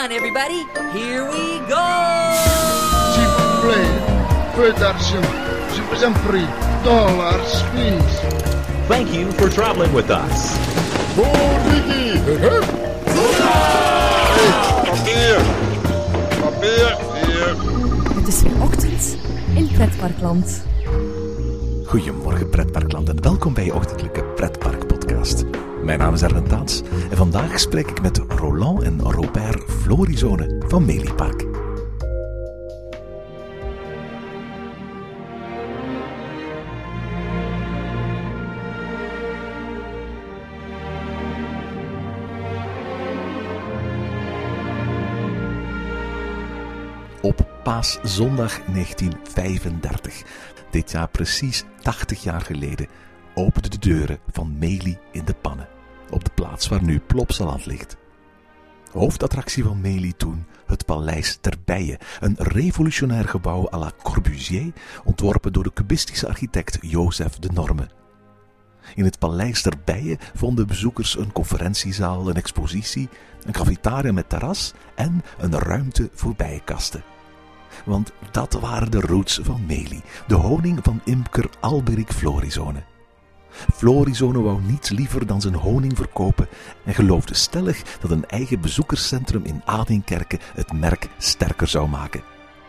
on, everybody. Here we go! S'il vous plaît, peu d'argent. Je vous en prie. Dollars, please. Thank you for traveling with us. Papier! Papier! Hier. Het is weer ochtend in Pretparkland. Goedemorgen Pretparkland en welkom bij je ochtendelijke Pretpark-podcast. Mijn naam is Erwin Taats en vandaag spreek ik met Roland en Robert Florizone van Meliepark. Op Paaszondag 1935, dit jaar precies 80 jaar geleden, openden de deuren van Melie in de Pannen, op de plaats waar nu Plopsaland ligt. Hoofdattractie van Melie toen, het Paleis ter Bijen, een revolutionair gebouw à la Corbusier, ontworpen door de cubistische architect Joseph de Norme. In het Paleis ter Bijen vonden bezoekers een conferentiezaal, een expositie, een cafetaria met terras en een ruimte voor bijenkasten. Want dat waren de roots van Melie, de honing van imker Alberic Florizone. Florizone wou niets liever dan zijn honing verkopen en geloofde stellig dat een eigen bezoekerscentrum in Adinkerke het merk sterker zou maken.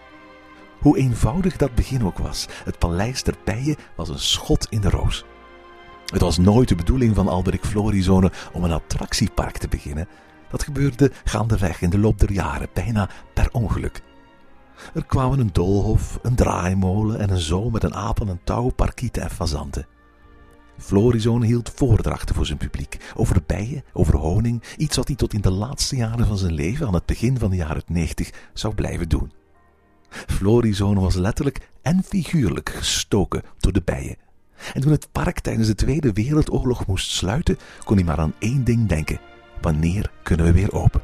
Hoe eenvoudig dat begin ook was, het Paleis ter Bijen was een schot in de roos. Het was nooit de bedoeling van Alberic Florizone om een attractiepark te beginnen. Dat gebeurde gaandeweg in de loop der jaren, bijna per ongeluk. Er kwamen een doolhof, een draaimolen en een zoo met een apen, een touw, parkieten en fazanten. Florizone hield voordrachten voor zijn publiek, over bijen, over honing, iets wat hij tot in de laatste jaren van zijn leven, aan het begin van de jaren 90, zou blijven doen. Florizone was letterlijk en figuurlijk gestoken door de bijen. En toen het park tijdens de Tweede Wereldoorlog moest sluiten, kon hij maar aan één ding denken: wanneer kunnen we weer open?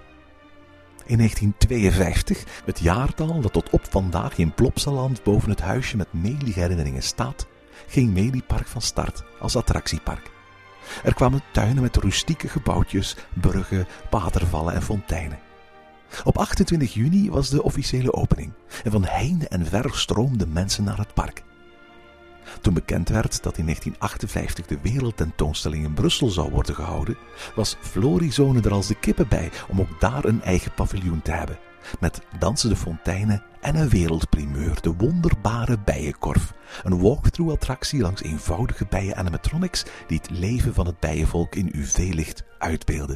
In 1952, het jaartal dat tot op vandaag in Plopsaland boven het huisje met Melie-herinneringen staat, ging Meliepark van start als attractiepark. Er kwamen tuinen met rustieke gebouwtjes, bruggen, watervallen en fonteinen. Op 28 juni was de officiële opening en van heinde en ver stroomden mensen naar het park. Toen bekend werd dat in 1958 de wereldtentoonstelling in Brussel zou worden gehouden, was Florizone er als de kippen bij om ook daar een eigen paviljoen te hebben, met dansende fonteinen en een wereldprimeur, de wonderbare bijenkorf, een walkthrough-attractie langs eenvoudige bijen-animatronics die het leven van het bijenvolk in UV-licht uitbeelden.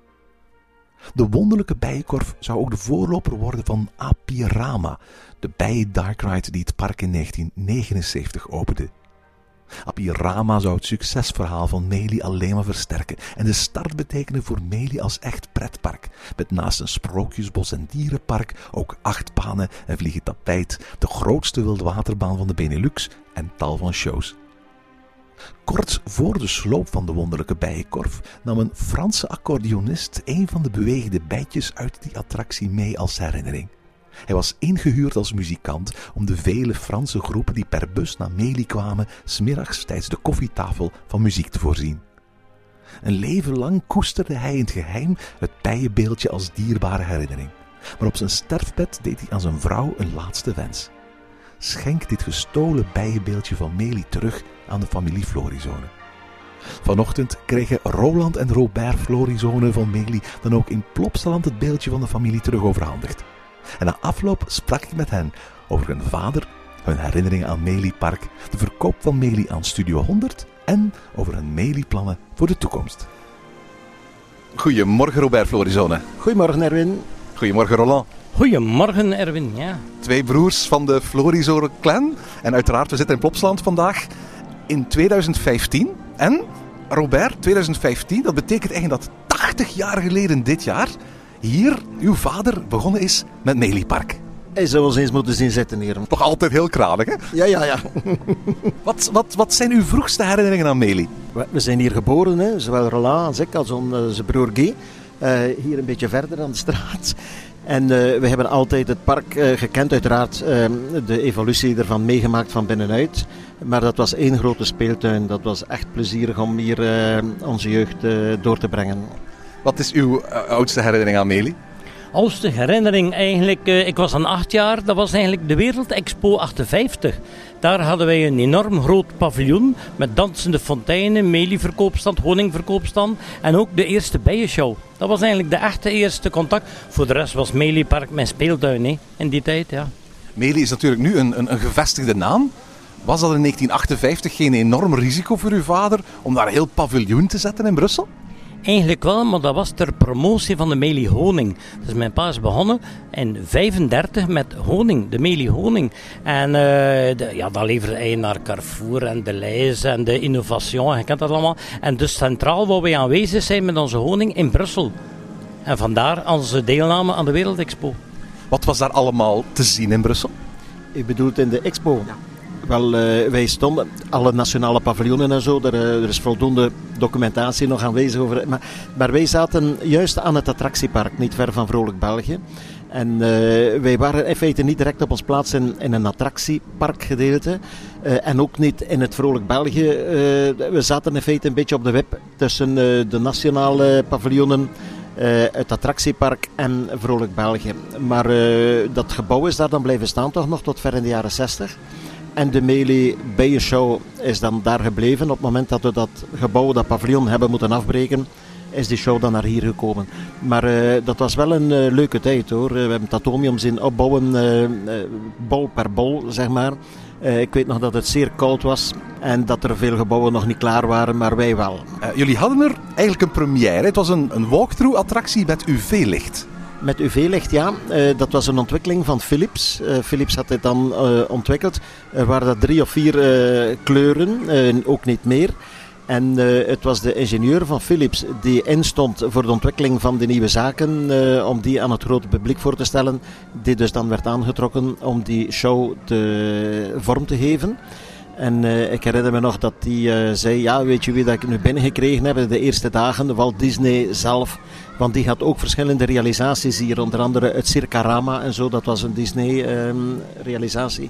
De wonderlijke bijenkorf zou ook de voorloper worden van Apirama, de bijen-darkride die het park in 1979 opende. Apirama zou het succesverhaal van Melie alleen maar versterken en de start betekenen voor Melie als echt pretpark, met naast een sprookjesbos en dierenpark ook achtbanen en vliegend tapijt, de grootste wildwaterbaan van de Benelux en tal van shows. Kort voor de sloop van de wonderlijke bijenkorf nam een Franse accordeonist een van de bewegende bijtjes uit die attractie mee als herinnering. Hij was ingehuurd als muzikant om de vele Franse groepen die per bus naar Melie kwamen 's middags tijdens de koffietafel van muziek te voorzien. Een leven lang koesterde hij in het geheim het bijenbeeldje als dierbare herinnering. Maar op zijn sterfbed deed hij aan zijn vrouw een laatste wens: schenk dit gestolen bijenbeeldje van Melie terug aan de familie Florizone. Vanochtend kregen Roland en Robert Florizone van Melie dan ook in Plopsaland het beeldje van de familie terug overhandigd. En na afloop sprak ik met hen over hun vader, hun herinneringen aan Meliepark, de verkoop van Melie aan Studio 100 en over hun Melie-plannen voor de toekomst. Goedemorgen Robert Florizone. Goedemorgen Erwin. Goedemorgen Roland. Goedemorgen Erwin, ja. Twee broers van de Florizone clan. En uiteraard, we zitten in Plopsaland vandaag in 2015. En Robert, 2015, dat betekent eigenlijk dat 80 jaar geleden dit jaar hier uw vader begonnen is met Meliepark. Hij zou ons eens moeten zien zitten hier. Toch altijd heel kranig, hè? Ja. Wat zijn uw vroegste herinneringen aan Melie? We zijn hier geboren, hè? Zowel Roland als ik, als zijn broer Guy. Hier een beetje verder aan de straat. En we hebben altijd het park gekend, uiteraard de evolutie ervan meegemaakt van binnenuit. Maar dat was één grote speeltuin. Dat was echt plezierig om hier onze jeugd door te brengen. Wat is uw oudste herinnering aan Melie? oudste herinnering eigenlijk, ik was dan 8 jaar, dat was eigenlijk de Wereldexpo 58. Daar hadden wij een enorm groot paviljoen met dansende fonteinen, melieverkoopstand, honingverkoopstand en ook de eerste bijenshow. Dat was eigenlijk de echte eerste contact. Voor de rest was Meliepark mijn speeltuin in die tijd, ja. Melie is natuurlijk nu een gevestigde naam. Was dat in 1958 geen enorm risico voor uw vader om daar een heel paviljoen te zetten in Brussel? Eigenlijk wel, maar dat was ter promotie van de Melie honing. Dus mijn pa is begonnen in 1935 met honing, de Melie honing. En dat leverde hij naar Carrefour en de Leijs en de Innovation, je kent dat allemaal. En dus centraal waar wij aanwezig zijn met onze honing in Brussel. En vandaar onze deelname aan de Wereldexpo. Wat was daar allemaal te zien in Brussel? U bedoelt in de expo? Ja. Wel, wij stonden, alle nationale paviljoenen en zo, er is voldoende documentatie nog aanwezig over. Maar wij zaten juist aan het attractiepark, niet ver van Vrolijk België. En wij waren in feite niet direct op ons plaats in een attractieparkgedeelte. En ook niet in het Vrolijk België. We zaten in feite een beetje op de wip tussen de nationale paviljoenen, het attractiepark en Vrolijk België. Maar dat gebouw is daar dan blijven staan toch nog tot ver in de jaren 60. En de Melie Bijenshow is dan daar gebleven. Op het moment dat we dat gebouw, dat paviljoen hebben moeten afbreken, is die show dan naar hier gekomen. Maar dat was wel een leuke tijd hoor. We hebben het Atomium zien opbouwen, bol per bol zeg maar. Ik weet nog dat het zeer koud was en dat er veel gebouwen nog niet klaar waren, maar wij wel. Jullie hadden er eigenlijk een première. Het was een walkthrough attractie met UV-licht. Met UV-licht, ja. Dat was een ontwikkeling van Philips. Philips had dit dan ontwikkeld. Er waren dat 3 of 4 kleuren, ook niet meer. En het was de ingenieur van Philips die instond voor de ontwikkeling van de nieuwe zaken, om die aan het grote publiek voor te stellen, die dus dan werd aangetrokken om die show vorm te geven. En ik herinner me nog dat hij zei, ja, weet je wie dat ik nu binnengekregen heb de eerste dagen? Walt Disney zelf, want die had ook verschillende realisaties hier, onder andere het Circarama en zo, dat was een Disney realisatie.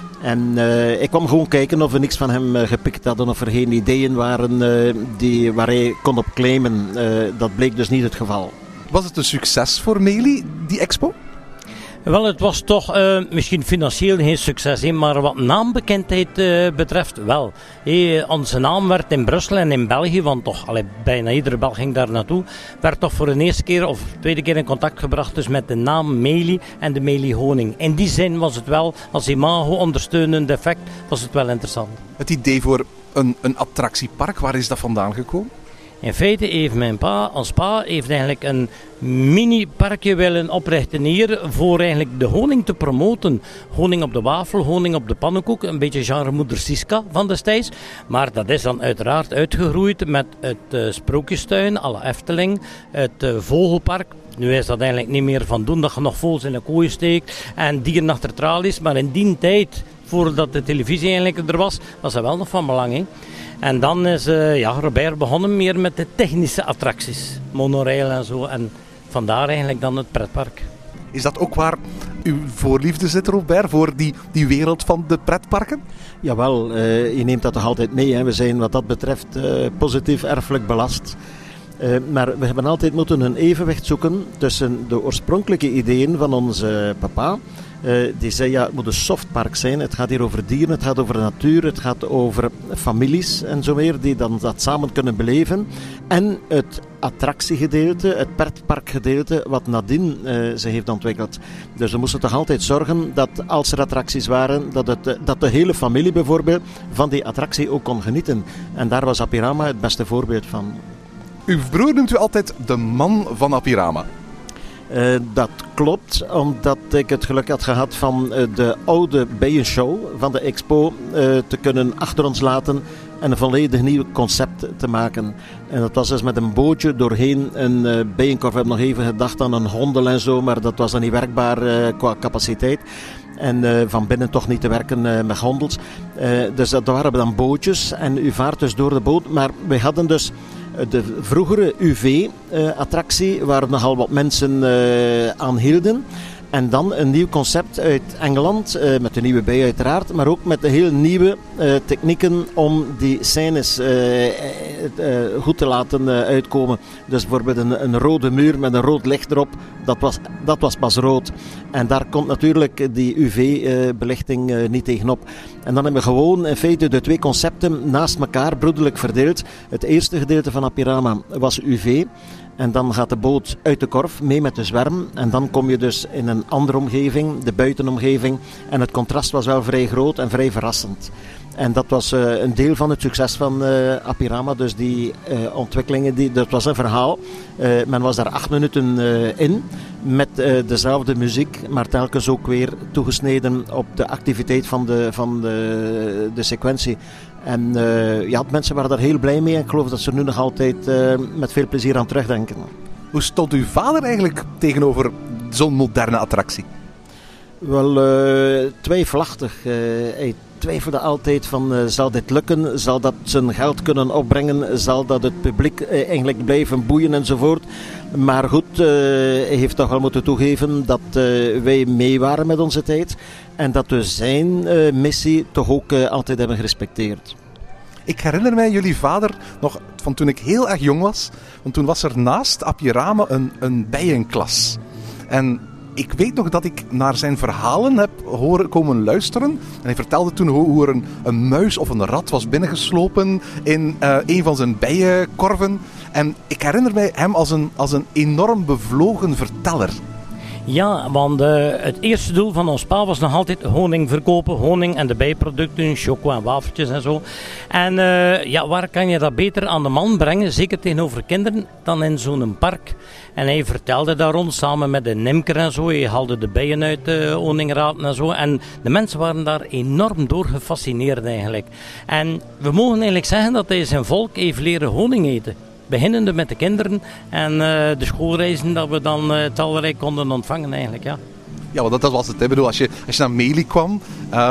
En ik kwam gewoon kijken of we niks van hem gepikt hadden, of er geen ideeën waren waar hij kon op claimen. Dat bleek dus niet het geval. Was het een succes voor Melie, die expo? Wel, het was toch misschien financieel geen succes, maar wat naambekendheid betreft wel. Onze naam werd in Brussel en in België, want toch bijna iedere Belg ging daar naartoe, werd toch voor de eerste keer of tweede keer in contact gebracht dus met de naam Melie en de Melie honing. In die zin was het wel, als imago-ondersteunend effect, was het wel interessant. Het idee voor een attractiepark, waar is dat vandaan gekomen? In feite heeft mijn pa, als pa, heeft eigenlijk een mini-parkje willen oprichten hier voor eigenlijk de honing te promoten. Honing op de wafel, honing op de pannenkoek, een beetje genre moeder Siska van destijds. Maar dat is dan uiteraard uitgegroeid met het Sprookjestuin, à la Efteling, het Vogelpark. Nu is dat eigenlijk niet meer van doen dat je nog vogels in een kooi steekt en dieren achter tralies. Maar in die tijd, voordat de televisie eigenlijk er was, was dat wel nog van belang, hè? En dan is Robert begonnen meer met de technische attracties. Monorail en zo. En vandaar eigenlijk dan het pretpark. Is dat ook waar uw voorliefde zit, Robert? Voor die wereld van de pretparken? Jawel, je neemt dat toch altijd mee. Hè? We zijn wat dat betreft positief erfelijk belast. Maar we hebben altijd moeten een evenwicht zoeken tussen de oorspronkelijke ideeën van onze papa. Die zei, ja, het moet een softpark zijn. Het gaat hier over dieren, het gaat over de natuur, het gaat over families en zo meer, die dan dat samen kunnen beleven. En het attractiegedeelte, het pretparkgedeelte, wat nadien ze heeft ontwikkeld. Dus we moesten toch altijd zorgen dat als er attracties waren, dat de hele familie bijvoorbeeld van die attractie ook kon genieten. En daar was Apirama het beste voorbeeld van. Uw broer noemt u altijd de man van Apirama. Dat klopt, omdat ik het geluk had gehad van de oude bijenshow van de expo te kunnen achter ons laten en een volledig nieuw concept te maken. En dat was dus met een bootje doorheen een bijenkorf. We hebben nog even gedacht aan een gondel en zo, maar dat was dan niet werkbaar qua capaciteit. En van binnen toch niet te werken met gondels. Dus dat waren dan bootjes en u vaart dus door de boot. Maar we hadden dus de vroegere UV-attractie waar nogal wat mensen aan hielden. En dan een nieuw concept uit Engeland, met de nieuwe bij uiteraard, maar ook met de heel nieuwe technieken om die scènes goed te laten uitkomen. Dus bijvoorbeeld een rode muur met een rood licht erop, dat was pas rood. En daar komt natuurlijk die UV-belichting niet tegenop. En dan hebben we gewoon in feite de twee concepten naast elkaar broederlijk verdeeld. Het eerste gedeelte van Apirama was UV. En dan gaat de boot uit de korf mee met de zwerm. En dan kom je dus in een andere omgeving, de buitenomgeving. En het contrast was wel vrij groot en vrij verrassend. En dat was een deel van het succes van Apirama. Dus die ontwikkelingen, dat was een verhaal. Men was daar 8 minuten in. Met dezelfde muziek, maar telkens ook weer toegesneden op de activiteit van de sequentie. En mensen waren daar heel blij mee en ik geloof dat ze er nu nog altijd met veel plezier aan terugdenken. Hoe stond uw vader eigenlijk tegenover zo'n moderne attractie? Wel, twijfelachtig. Hij twijfelde altijd van, zal dit lukken? Zal dat zijn geld kunnen opbrengen? Zal dat het publiek eigenlijk blijven boeien enzovoort? Maar goed, hij heeft toch wel moeten toegeven dat wij mee waren met onze tijd. En dat we zijn missie toch ook altijd hebben gerespecteerd. Ik herinner mij jullie vader nog van toen ik heel erg jong was. Want toen was er naast Apirama een bijenklas. En ik weet nog dat ik naar zijn verhalen heb horen komen luisteren. En hij vertelde toen hoe er een muis of een rat was binnengeslopen in een van zijn bijenkorven. En ik herinner mij hem als een enorm bevlogen verteller. Ja, want het eerste doel van ons pa was nog altijd honing verkopen. Honing en de bijproducten, choco en wafeltjes en zo. En waar kan je dat beter aan de man brengen, zeker tegenover kinderen, dan in zo'n park. En hij vertelde daar rond, samen met een imker en zo. Hij haalde de bijen uit de honingraten en zo. En de mensen waren daar enorm door gefascineerd eigenlijk. En we mogen eigenlijk zeggen dat hij zijn volk heeft leren honing eten. Beginnende met de kinderen en de schoolreizen dat we dan talrijk konden ontvangen eigenlijk, ja. Ja, want dat was het. Ik bedoel, als je naar Meli kwam,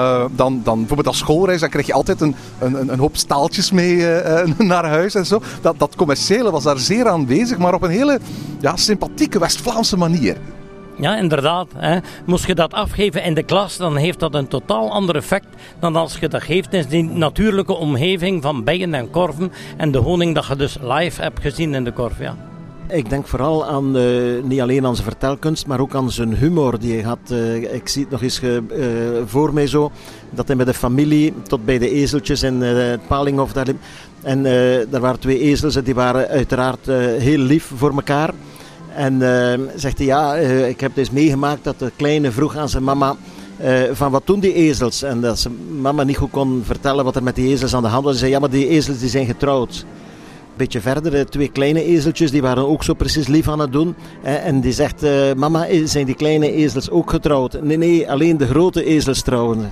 dan bijvoorbeeld als schoolreis, dan kreeg je altijd een hoop staaltjes mee naar huis en zo. Dat commerciële was daar zeer aanwezig, maar op een hele sympathieke West-Vlaamse manier. Ja, inderdaad. Hè. Moest je dat afgeven in de klas, dan heeft dat een totaal ander effect dan als je dat geeft in die natuurlijke omgeving van bijen en korven en de honing dat je dus live hebt gezien in de korf, ja. Ik denk vooral aan, niet alleen aan zijn vertelkunst, maar ook aan zijn humor die hij had. Ik zie het nog eens voor mij zo, dat hij met de familie tot bij de ezeltjes in het Palinghof daar liep. En daar waren 2 ezels en die waren uiteraard heel lief voor elkaar. En zegt hij, ik heb dus meegemaakt dat de kleine vroeg aan zijn mama van wat doen die ezels? En dat zijn mama niet goed kon vertellen wat er met die ezels aan de hand was. Ze zei, ja, maar die ezels die zijn getrouwd. Een beetje verder, 2 kleine ezeltjes, die waren ook zo precies lief aan het doen. En die zegt, mama, zijn die kleine ezels ook getrouwd? Nee, alleen de grote ezels trouwen.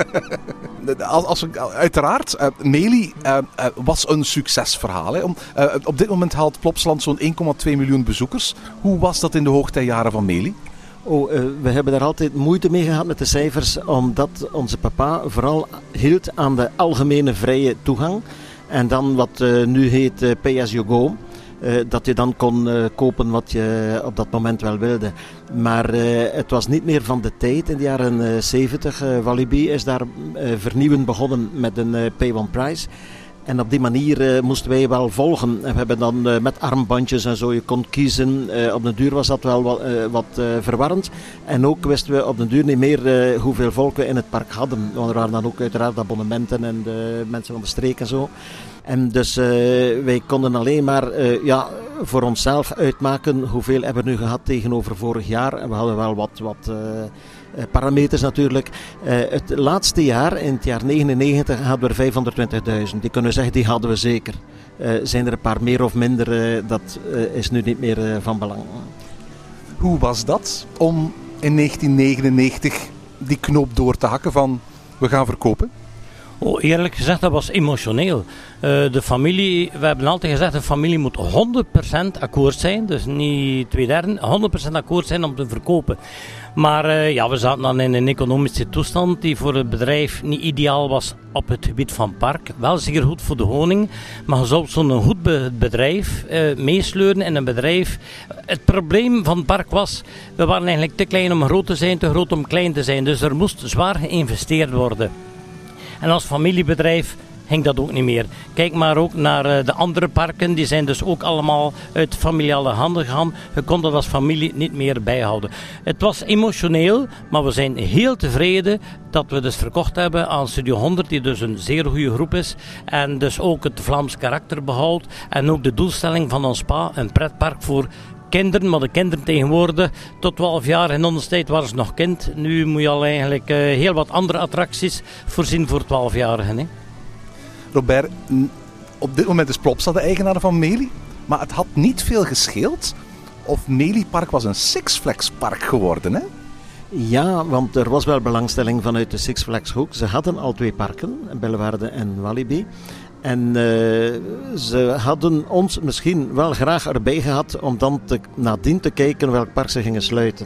Uiteraard, Meli was een succesverhaal. Hè. Op dit moment haalt Plopsaland zo'n 1,2 miljoen bezoekers. Hoe was dat in de hoogtijjaren van Meli? We hebben daar altijd moeite mee gehad met de cijfers, omdat onze papa vooral hield aan de algemene vrije toegang. En dan wat nu heet Pay As You Go. Dat je dan kon kopen wat je op dat moment wel wilde. Maar het was niet meer van de tijd. In de jaren 70, Walibi is daar vernieuwend begonnen met een Pay One Price. En op die manier moesten wij wel volgen. En we hebben dan met armbandjes en zo, je kon kiezen. Op de duur was dat wel wat verwarrend. En ook wisten we op de duur niet meer hoeveel volk we in het park hadden. Want er waren dan ook uiteraard abonnementen en de mensen van de streek en zo. En dus wij konden alleen maar voor onszelf uitmaken hoeveel hebben we nu gehad tegenover vorig jaar. En we hadden wel wat parameters natuurlijk. Het laatste jaar, in het jaar 99, hadden we er 520.000. Die kunnen we zeggen, die hadden we zeker. Zijn er een paar meer of minder, dat is nu niet meer van belang. Hoe was dat om in 1999 die knoop door te hakken van we gaan verkopen? Oh, eerlijk gezegd, dat was emotioneel. De familie, we hebben altijd gezegd, de familie moet 100% akkoord zijn. Dus niet 2/3, 100% akkoord zijn om te verkopen. Maar we zaten dan in een economische toestand die voor het bedrijf niet ideaal was op het gebied van park. Wel zeer goed voor de honing, maar je zou zo'n goed bedrijf meesleuren in een bedrijf. Het probleem van het park was, we waren eigenlijk te klein om groot te zijn, te groot om klein te zijn. Dus er moest zwaar geïnvesteerd worden. En als familiebedrijf ging dat ook niet meer. Kijk maar ook naar de andere parken, die zijn dus ook allemaal uit familiale handen gegaan. Je kon dat als familie niet meer bijhouden. Het was emotioneel, maar we zijn heel tevreden dat we dus verkocht hebben aan Studio 100, die dus een zeer goede groep is. En dus ook het Vlaams karakter behoudt. En ook de doelstelling van ons spa, een pretpark voor kinderen, maar de kinderen tegenwoordig tot 12 jaar, in onze tijd waren ze nog kind. Nu moet je al eigenlijk heel wat andere attracties voorzien voor 12-jarigen. Hè? Robert, op dit moment is Plopsa de eigenaar van Meli, maar het had niet veel gescheeld of Meli Park was een Six Flags park geworden, hè? Ja, want er was wel belangstelling vanuit de Six Flags hoek. Ze hadden al 2 parken, Bellewaarde en Walibi. En ze hadden ons misschien wel graag erbij gehad om dan nadien te kijken welk park ze gingen sluiten.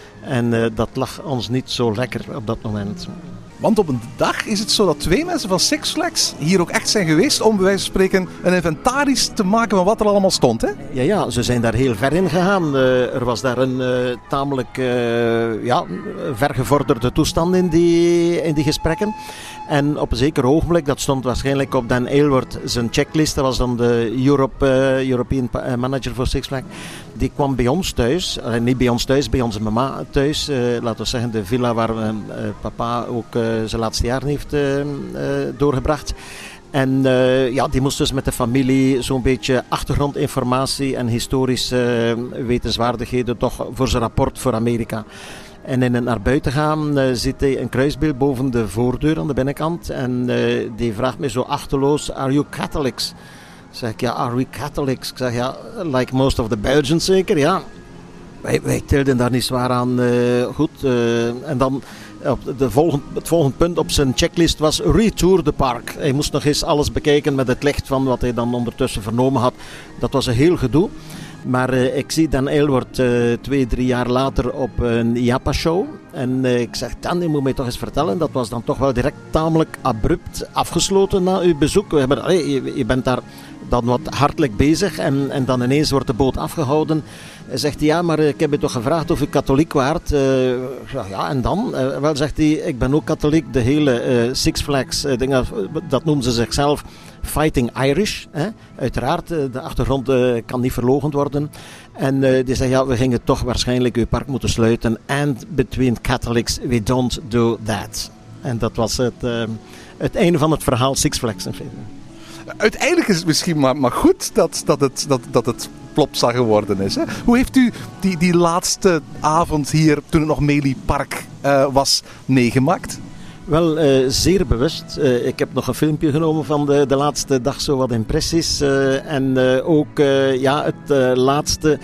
En dat lag ons niet zo lekker op dat moment. Want op een dag is het zo dat 2 mensen van Six Flags hier ook echt zijn geweest om bij wijze van spreken een inventaris te maken van wat er allemaal stond, hè? Ja, ze zijn daar heel ver in gegaan. Er was daar een tamelijk vergevorderde toestand in die gesprekken. En op een zeker ogenblik, dat stond waarschijnlijk op Dan Aylward zijn checklist, dat was dan de European manager voor Six Flags, die kwam bij ons thuis, niet bij ons thuis, bij onze mama thuis, laten we zeggen de villa waar papa ook zijn laatste jaren heeft doorgebracht. En die moest dus met de familie zo'n beetje achtergrondinformatie en historische wetenswaardigheden toch voor zijn rapport voor Amerika. En in het naar buiten gaan ziet hij een kruisbeeld boven de voordeur aan de binnenkant. En die vraagt mij zo achterloos, are you Catholics? Zeg ik, ja, are we Catholics? Ik zeg, ja, like most of the Belgians zeker, ja. Wij tilden daar niet zwaar aan goed. En dan het volgende punt op zijn checklist was retour de park. Hij moest nog eens alles bekijken met het licht van wat hij dan ondertussen vernomen had. Dat was een heel gedoe. Maar ik zie Dan Aylward 2-3 jaar later op een IAPA-show. En ik zeg, Dan, je moet mij toch eens vertellen. Dat was dan toch wel direct tamelijk abrupt afgesloten na uw bezoek. Je bent daar dan wat hartelijk bezig en dan ineens wordt de boot afgehouden. Zegt hij, ja, maar ik heb je toch gevraagd of u katholiek waart? Ja, en dan? Wel, zegt hij, ik ben ook katholiek. De hele Six Flags, dat noemen ze zichzelf Fighting Irish. Uiteraard, de achtergrond kan niet verloochend worden. En die zegt, ja, we gingen toch waarschijnlijk uw park moeten sluiten. And between Catholics, we don't do that. En dat was het einde van het verhaal Six Flags. Uiteindelijk is het misschien maar goed dat het Plopsa geworden is. Hè? Hoe heeft u die laatste avond hier, toen het nog Meli Park was, meegemaakt? Wel, zeer bewust. Ik heb nog een filmpje genomen van de laatste dag, zo wat impressies. En ook het laatste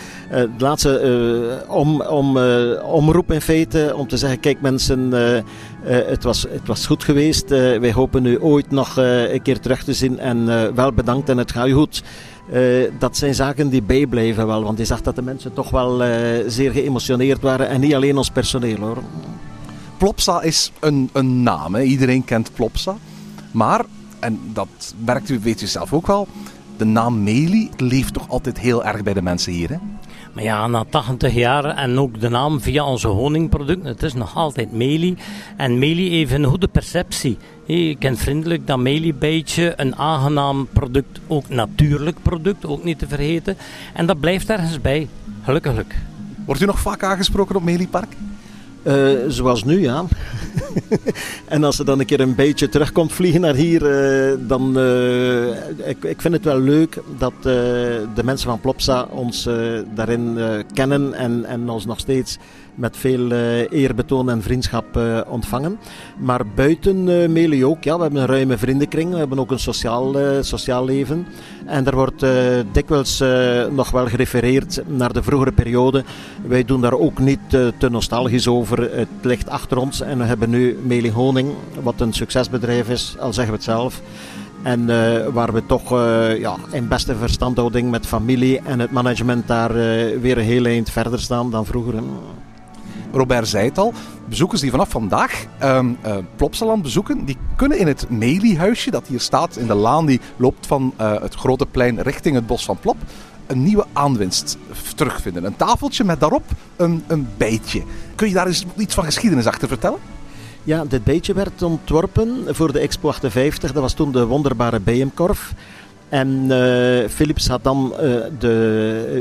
omroep in feite, om te zeggen, kijk mensen, het was goed geweest. Wij hopen nu ooit nog een keer terug te zien en wel bedankt en het gaat u goed. Dat zijn zaken die bijblijven wel, want je zag dat de mensen toch wel zeer geëmotioneerd waren en niet alleen ons personeel, hoor. Plopsa is een naam, hè? Iedereen kent Plopsa. Maar, en dat weet u zelf ook wel, de naam Meli leeft toch altijd heel erg bij de mensen hier, hè? Maar ja, na 80 jaar en ook de naam via onze honingproducten, het is nog altijd Meli. En Meli heeft een goede perceptie. Je kent vriendelijk dat Meli-bijtje, een aangenaam product, ook natuurlijk product, ook niet te vergeten. En dat blijft ergens bij, gelukkig. Wordt u nog vaak aangesproken op Meli Park? Zoals nu, ja. En als er dan een keer een beetje terugkomt vliegen naar hier, dan... Ik vind het wel leuk dat de mensen van Plopsa ons daarin kennen en ons nog steeds met veel eerbetoon en vriendschap ontvangen. Maar buiten Meli ook, ja, we hebben een ruime vriendenkring, we hebben ook een sociaal leven. En er wordt dikwijls nog wel gerefereerd naar de vroegere periode. Wij doen daar ook niet te nostalgisch over. Het ligt achter ons en we hebben nu Meli Honing, wat een succesbedrijf is, al zeggen we het zelf. En waar we toch in beste verstandhouding met familie en het management daar weer een heel eind verder staan dan vroeger. Robert zei het al, bezoekers die vanaf vandaag Plopsaland bezoeken, die kunnen in het Meli-huisje dat hier staat in de laan die loopt van het grote plein richting het bos van Plop, een nieuwe aanwinst terugvinden. Een tafeltje met daarop een bijtje. Kun je daar eens iets van geschiedenis achter vertellen? Ja, dit bijtje werd ontworpen voor de Expo 58. Dat was toen de wonderbare bijenkorf. En Philips had dan de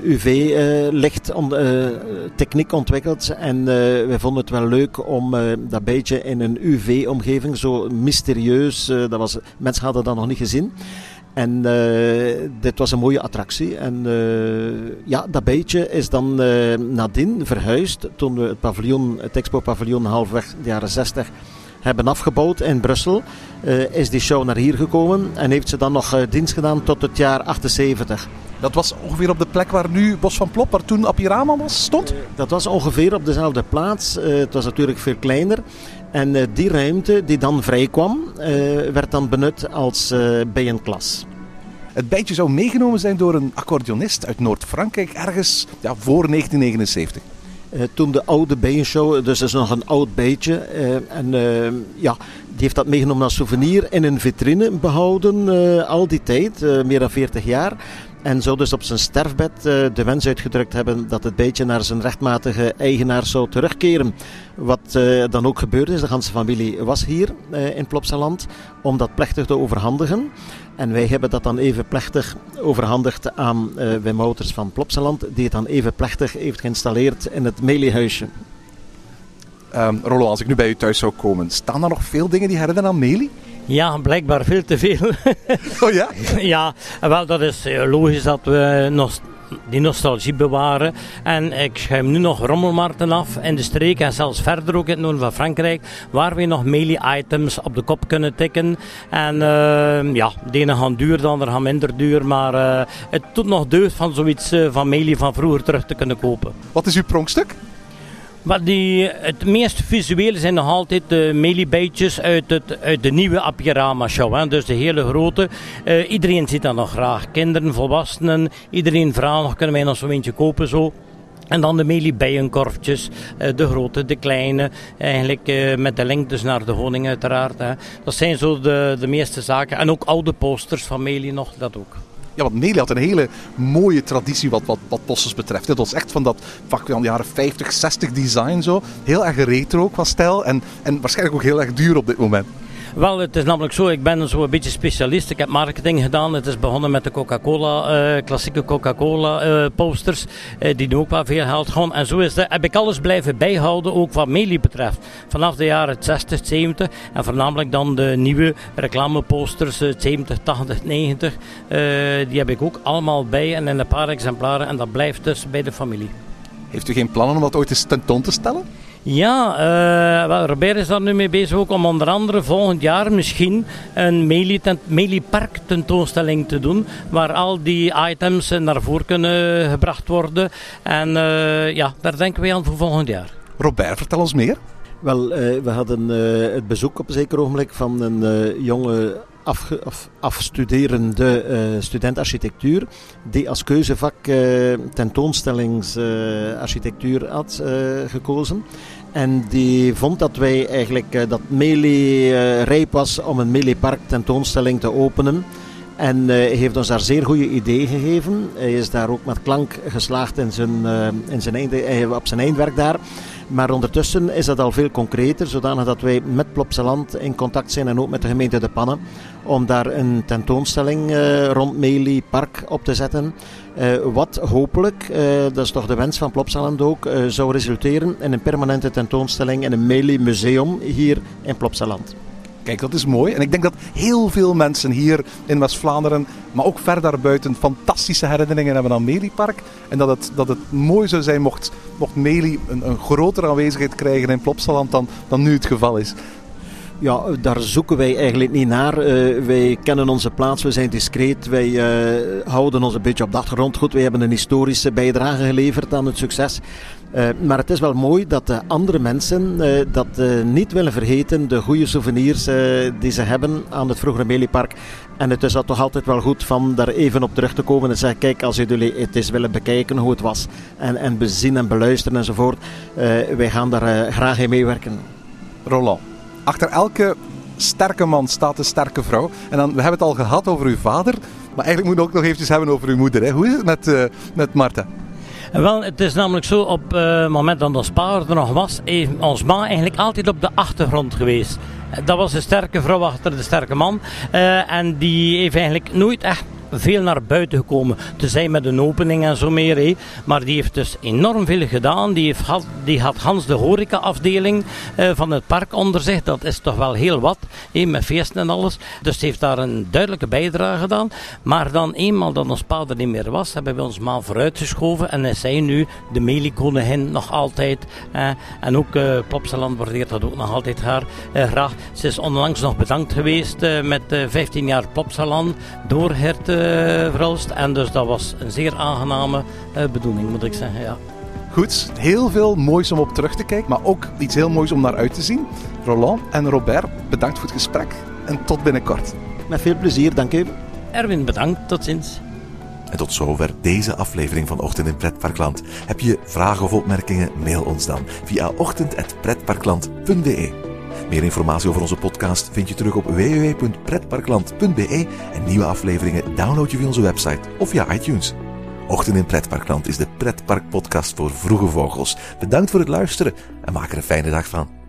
UV-lichttechniek ontwikkeld. En wij vonden het wel leuk om dat bijtje in een UV-omgeving, zo mysterieus, mensen hadden dat nog niet gezien. En dit was een mooie attractie. En dat bijtje is dan nadien verhuisd toen we het Expo-paviljoen halfweg de jaren 60 hebben afgebouwd in Brussel. Is die show naar hier gekomen en heeft ze dan nog dienst gedaan tot het jaar 78. Dat was ongeveer op de plek waar nu Bos van Plop, waar toen Apirama stond? Dat was ongeveer op dezelfde plaats. Het was natuurlijk veel kleiner. En die ruimte die dan vrij kwam, werd dan benut als bijenklas. Het bijtje zou meegenomen zijn door een accordeonist uit Noord-Frankrijk ergens voor 1979. Toen de oude bijenshow, dus dat is nog een oud bijtje. Die heeft dat meegenomen als souvenir in een vitrine behouden al die tijd, meer dan 40 jaar. En zou dus op zijn sterfbed de wens uitgedrukt hebben dat het bijtje naar zijn rechtmatige eigenaar zou terugkeren. Wat dan ook gebeurd is. De hele familie was hier in Plopsaland om dat plechtig te overhandigen. En wij hebben dat dan even plechtig overhandigd aan Wim Wouters van Plopsaland, die het dan even plechtig heeft geïnstalleerd in het Meli-huisje. Rollo, als ik nu bij u thuis zou komen, staan er nog veel dingen die herinneren aan Meli? Ja, blijkbaar veel te veel. Oh ja? Ja, wel, dat is logisch dat we die nostalgie bewaren. En ik schuim nu nog rommelmarkten af in de streek en zelfs verder ook in het noorden van Frankrijk, waar we nog Meli-items op de kop kunnen tikken. En de ene gaan duur, de andere gaan minder duur, maar het doet nog deugd van zoiets van Meli van vroeger terug te kunnen kopen. Wat is uw pronkstuk? Maar het meest visuele zijn nog altijd de Meli-bijtjes uit de nieuwe Apirama show. Hè. Dus de hele grote. Iedereen ziet dat nog graag. Kinderen, volwassenen. Iedereen vraagt nog, kunnen wij nog zo'n eentje kopen zo. En dan de Meli-bijenkorfjes. De grote, de kleine. Eigenlijk met de link dus naar de honing uiteraard. Hè. Dat zijn zo de meeste zaken. En ook oude posters van Meli nog, dat ook. Ja, want Meli had een hele mooie traditie wat posters betreft. Het was echt van dat vak van de jaren 50, 60 design zo. Heel erg retro qua stijl en waarschijnlijk ook heel erg duur op dit moment. Wel, het is namelijk zo, ik ben zo een beetje specialist. Ik heb marketing gedaan. Het is begonnen met de Coca-Cola, klassieke Coca-Cola posters. Die doen ook wel veel geld gewoon. En zo heb ik alles blijven bijhouden, ook wat Meli betreft. Vanaf de jaren 60, 70 en voornamelijk dan de nieuwe reclameposters, 70, 80, 90. Die heb ik ook allemaal bij en in een paar exemplaren. En dat blijft dus bij de familie. Heeft u geen plannen om dat ooit eens tentoon te stellen? Ja, Robert is daar nu mee bezig ook om onder andere volgend jaar misschien een Meli-park tentoonstelling te doen, waar al die items naar voren kunnen gebracht worden. En daar denken we aan voor volgend jaar. Robert, vertel ons meer. Wel, we hadden het bezoek op een zeker ogenblik van een jonge afstuderende student architectuur die als keuzevak tentoonstellingsarchitectuur had gekozen. En die vond dat wij eigenlijk dat Meli rijp was om een Meli-park tentoonstelling te openen. En heeft ons daar zeer goede ideeën gegeven. Hij is daar ook met klank geslaagd op zijn eindwerk daar. Maar ondertussen is dat al veel concreter, zodanig dat wij met Plopsaland in contact zijn en ook met de gemeente De Panne om daar een tentoonstelling rond Meli Park op te zetten. Wat hopelijk, dat is toch de wens van Plopsaland ook, zou resulteren in een permanente tentoonstelling in een Meli museum hier in Plopsaland. Kijk, dat is mooi. En ik denk dat heel veel mensen hier in West-Vlaanderen, maar ook ver daarbuiten, fantastische herinneringen hebben aan Meliepark. En dat het mooi zou zijn mocht Melie een grotere aanwezigheid krijgen in Plopsaland dan nu het geval is. Ja, daar zoeken wij eigenlijk niet naar. Wij kennen onze plaats, we zijn discreet, wij houden ons een beetje op de achtergrond. Goed, wij hebben een historische bijdrage geleverd aan het succes. Maar het is wel mooi dat de andere mensen dat niet willen vergeten, de goede souvenirs die ze hebben aan het vroegere Meliepark. En het is dat toch altijd wel goed van daar even op terug te komen en zeggen, kijk, als jullie het eens willen bekijken hoe het was en bezien en beluisteren enzovoort, wij gaan daar graag in meewerken. Roland, achter elke sterke man staat een sterke vrouw. En dan, we hebben het al gehad over uw vader, maar eigenlijk moeten we ook nog eventjes hebben over uw moeder. Hè? Hoe is het met Marta? Wel, het is namelijk zo, op het moment dat ons pa er nog was, is ons ma eigenlijk altijd op de achtergrond geweest. Dat was een sterke vrouw achter de sterke man. En die heeft eigenlijk nooit echt veel naar buiten gekomen. Tenzij met een opening en zo meer. Hè. Maar die heeft dus enorm veel gedaan. Die had Hans de horeca-afdeling van het park onder zich. Dat is toch wel heel wat. Hè, met feesten en alles. Dus die heeft daar een duidelijke bijdrage gedaan. Maar dan eenmaal dat ons pa er niet meer was, hebben we ons ma vooruitgeschoven. En is zij nu de Melie-koningin nog altijd. En ook Plopsaland waardeert dat ook nog altijd haar graag. Ze is onlangs nog bedankt geweest met 15 jaar Plopsaland door Hert Verhulst. En dus dat was een zeer aangename bedoeling, moet ik zeggen, ja. Goed, heel veel moois om op terug te kijken, maar ook iets heel moois om naar uit te zien. Roland en Robert, bedankt voor het gesprek en tot binnenkort. Met veel plezier, dank u. Erwin, bedankt, tot ziens. En tot zover deze aflevering van Ochtend in Pretparkland. Heb je vragen of opmerkingen? Mail ons dan via ochtend@pretparkland.be. Meer informatie over onze podcast vind je terug op www.pretparkland.be en nieuwe afleveringen download je via onze website of via iTunes. Ochtend in Pretparkland is de pretparkpodcast voor vroege vogels. Bedankt voor het luisteren en maak er een fijne dag van.